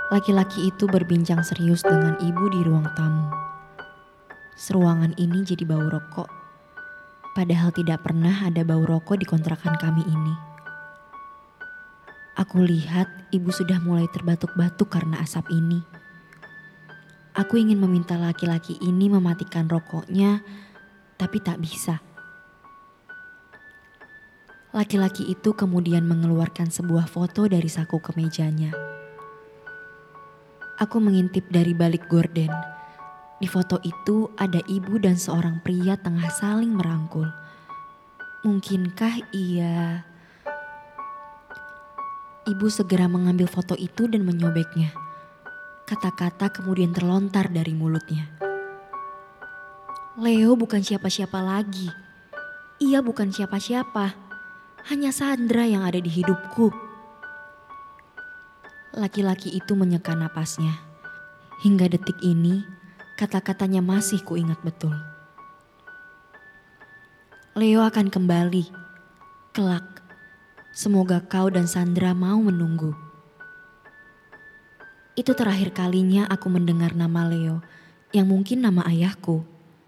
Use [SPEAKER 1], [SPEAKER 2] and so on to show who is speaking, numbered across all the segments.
[SPEAKER 1] Laki-laki itu berbincang serius dengan ibu di ruang tamu. Seruangan ini jadi bau rokok, padahal tidak pernah ada bau rokok di kontrakan kami ini. Aku lihat ibu sudah mulai terbatuk-batuk karena asap ini. Aku ingin meminta laki-laki ini mematikan rokoknya, tapi tak bisa. Laki-laki itu kemudian mengeluarkan sebuah foto dari saku kemejanya. Aku mengintip dari balik gorden. Di foto itu ada ibu dan seorang pria tengah saling merangkul. Mungkinkah ia... Ibu segera mengambil foto itu dan menyobeknya. Kata-kata kemudian terlontar dari mulutnya. Leo bukan siapa-siapa lagi. Ia bukan siapa-siapa. Hanya Sandra yang ada di hidupku. Laki-laki itu menyeka napasnya. Hingga detik ini, kata-katanya masih kuingat betul. Leo akan kembali. Kelak, semoga kau dan Sandra mau menunggu. Itu terakhir kalinya aku mendengar nama Leo, yang mungkin nama ayahku.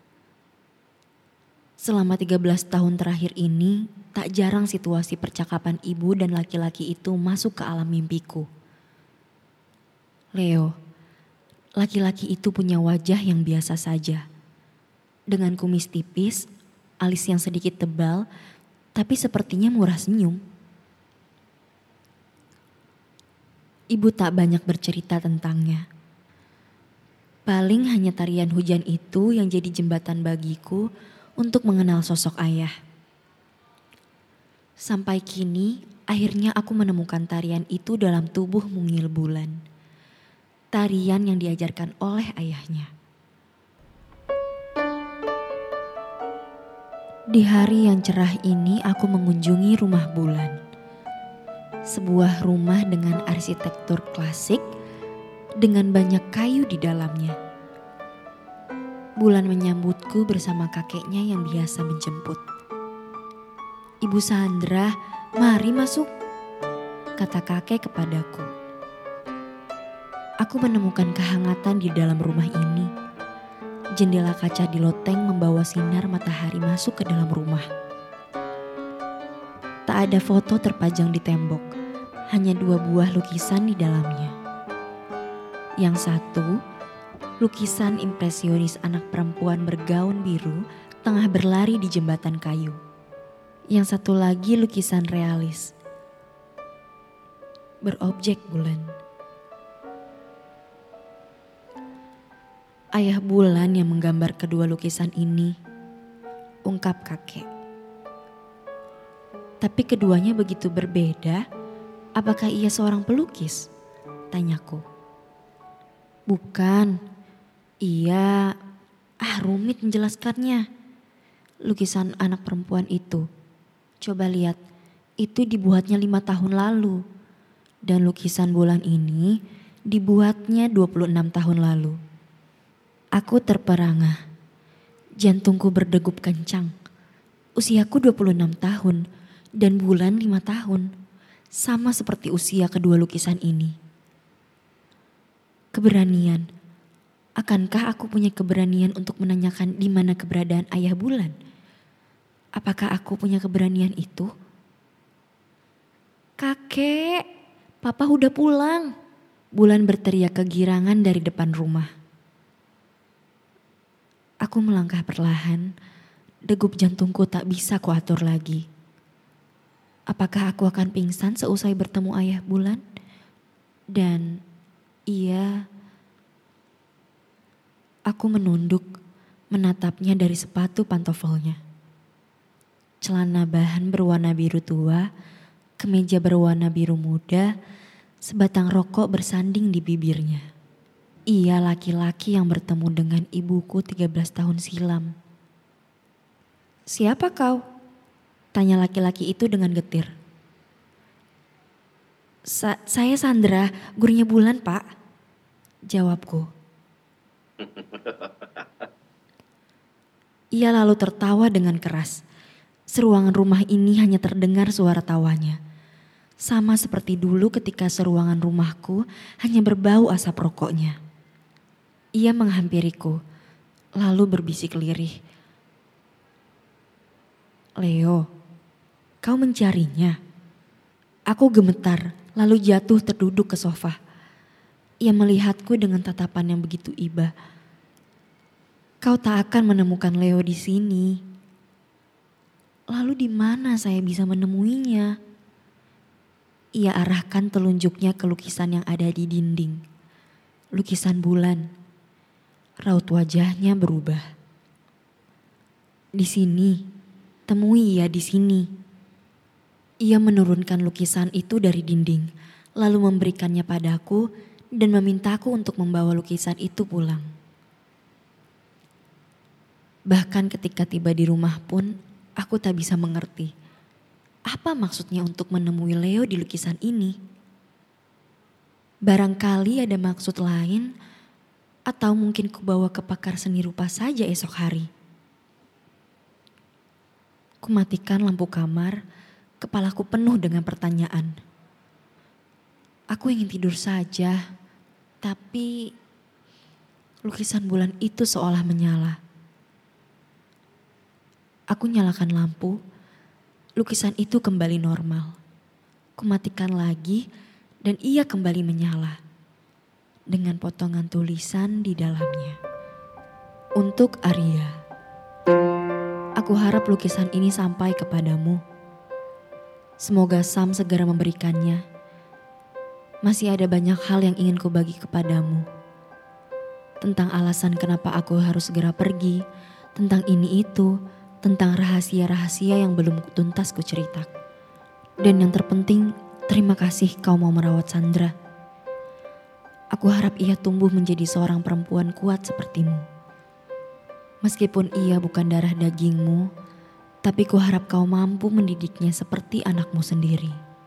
[SPEAKER 1] Selama 13 tahun terakhir ini, tak jarang situasi percakapan ibu dan laki-laki itu masuk ke alam mimpiku. Leo, laki-laki itu punya wajah yang biasa saja. Dengan kumis tipis, alis yang sedikit tebal, tapi sepertinya murah senyum. Ibu tak banyak bercerita tentangnya. Paling hanya tarian hujan itu yang jadi jembatan bagiku untuk mengenal sosok ayah. Sampai kini, akhirnya aku menemukan tarian itu dalam tubuh mungil bulan. Tarian yang diajarkan oleh ayahnya. Di hari yang cerah ini aku mengunjungi rumah bulan. Sebuah rumah dengan arsitektur klasik dengan banyak kayu di dalamnya. Bulan menyambutku bersama kakeknya yang biasa menjemput. Ibu Sandra, mari masuk, kata kakek kepadaku. Aku menemukan kehangatan di dalam rumah ini. Jendela kaca di loteng membawa sinar matahari masuk ke dalam rumah. Tak ada foto terpajang di tembok, hanya 2 buah lukisan di dalamnya. Yang satu, lukisan impresionis anak perempuan bergaun biru tengah berlari di jembatan kayu. Yang satu lagi lukisan realis, berobjek bulan. Ayah bulan yang menggambar kedua lukisan ini, ungkap kakek. Tapi keduanya begitu berbeda, apakah ia seorang pelukis? Tanyaku. Bukan, ia rumit menjelaskannya. Lukisan anak perempuan itu, coba lihat, itu dibuatnya 5 tahun lalu. Dan lukisan bulan ini dibuatnya 26 tahun lalu. Aku terperangah, jantungku berdegup kencang. Usiaku 26 tahun dan bulan 5 tahun, sama seperti usia kedua lukisan ini. Keberanian, akankah aku punya keberanian untuk menanyakan di mana keberadaan ayah bulan? Apakah aku punya keberanian itu? Kakek, papa udah pulang. Bulan berteriak kegirangan dari depan rumah. Aku melangkah perlahan, degup jantungku tak bisa kuatur lagi. Apakah aku akan pingsan seusai bertemu ayah bulan? Dan aku menunduk, menatapnya dari sepatu pantofelnya. Celana bahan berwarna biru tua, kemeja berwarna biru muda, sebatang rokok bersanding di bibirnya. Ia laki-laki yang bertemu dengan ibuku 13 tahun silam. Siapa kau? Tanya laki-laki itu dengan getir. Saya Sandra, gurunya Bulan, Pak. Jawabku. Ia lalu tertawa dengan keras. Seruangan rumah ini hanya terdengar suara tawanya. Sama seperti dulu ketika seruangan rumahku hanya berbau asap rokoknya. Ia menghampiriku, lalu berbisik lirih. "Leo, kau mencarinya?" Aku gemetar, lalu jatuh terduduk ke sofa. Ia melihatku dengan tatapan yang begitu iba. "Kau tak akan menemukan Leo di sini." "Lalu di mana saya bisa menemuinya?" Ia arahkan telunjuknya ke lukisan yang ada di dinding. Lukisan bulan. Raut wajahnya berubah. "Di sini, temui ia di sini." Ia menurunkan lukisan itu dari dinding, lalu memberikannya padaku dan memintaku untuk membawa lukisan itu pulang. Bahkan ketika tiba di rumah pun, aku tak bisa mengerti. Apa maksudnya untuk menemui Leo di lukisan ini? Barangkali ada maksud lain, atau mungkin kubawa ke pakar seni rupa saja esok hari. Kumatikan lampu kamar, kepalaku penuh dengan pertanyaan. Aku ingin tidur saja, tapi lukisan bulan itu seolah menyala. Aku nyalakan lampu, lukisan itu kembali normal. Kumatikan lagi dan ia kembali menyala. Dengan potongan tulisan di dalamnya. Untuk Arya. Aku harap lukisan ini sampai kepadamu. Semoga Sam segera memberikannya. Masih ada banyak hal yang ingin kubagi kepadamu. Tentang alasan kenapa aku harus segera pergi. Tentang ini itu. Tentang rahasia-rahasia yang belum tuntas kucerita. Dan yang terpenting, terima kasih kau mau merawat Sandra. Aku harap ia tumbuh menjadi seorang perempuan kuat sepertimu. Meskipun ia bukan darah dagingmu, tapi kuharap kau mampu mendidiknya seperti anakmu sendiri.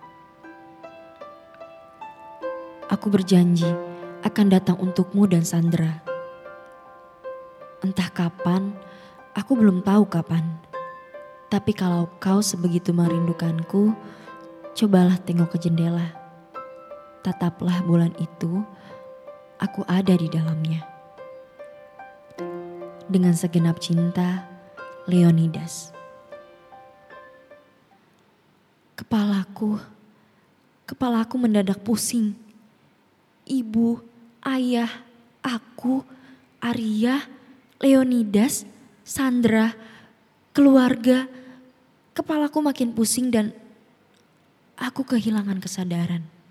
[SPEAKER 1] Aku berjanji akan datang untukmu dan Sandra. Entah kapan, aku belum tahu kapan. Tapi kalau kau sebegitu merindukanku, cobalah tengok ke jendela. Tataplah bulan itu, aku ada di dalamnya. Dengan segenap cinta, Leonidas. Kepalaku mendadak pusing. Ibu, ayah, aku, Arya, Leonidas, Sandra, keluarga. Kepalaku makin pusing dan aku kehilangan kesadaran.